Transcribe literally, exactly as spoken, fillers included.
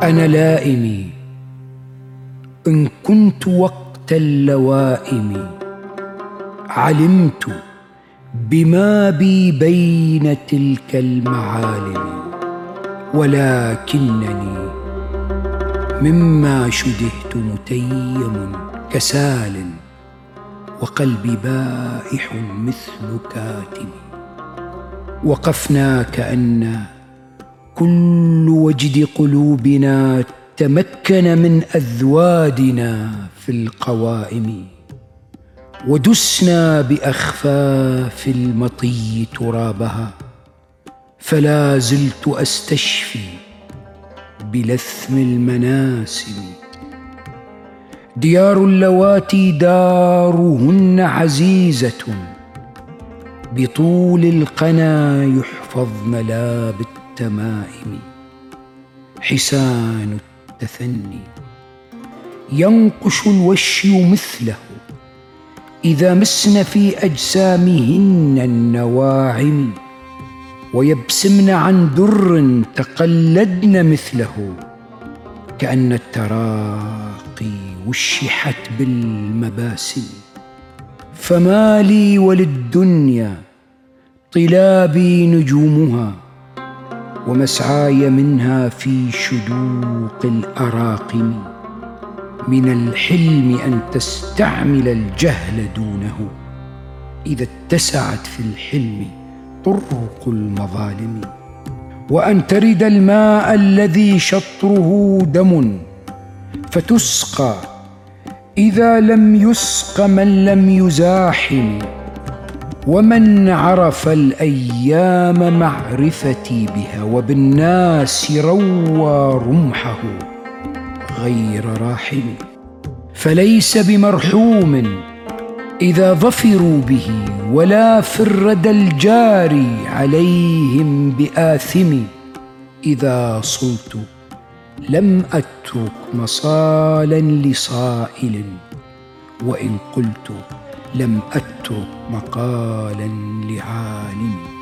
أنا لائمي إن كنت وقت اللوائم علمت بما بي بين تلك المعالم، ولكنني مما شدهت متيم كسال، وقلبي بائح مثل كاتم. وقفنا كأن كل وجد قلوبنا تمكن من أذوادنا في القوائم، ودسنا بأخفاف المطي ترابها، فلا زلت أستشفي بلثم المناسم. ديار اللواتي دارهن عزيزة، بطول القنا يحفظن لا بالتمائم. حسان التثني ينقش الوشي مثله إذا مسن في أجسامهن النواعم، ويبسمن عن در تقلدن مثله، كأن التراقي وشحت بالمباسم. فما لي وللدنيا طلابي نجومها، ومسعاي منها في شدوق الأراقم. من الحلم أن تستعمل الجهل دونه، إذا اتسعت في الحلم طرق المظالم. وأن ترد الماء الذي شطره دم، فتسقى إذا لم يسق من لم يزاحم. ومن عرف الأيام معرفتي بها، وبالناس روى رمحه غير راحم. فليس بمرحوم إذا ظفروا به، ولا في الردى الجاري عليهم بآثم. إذا صلت لم أترك مصالا لصائل، وإن قلت لم أترك مقالا لعالم.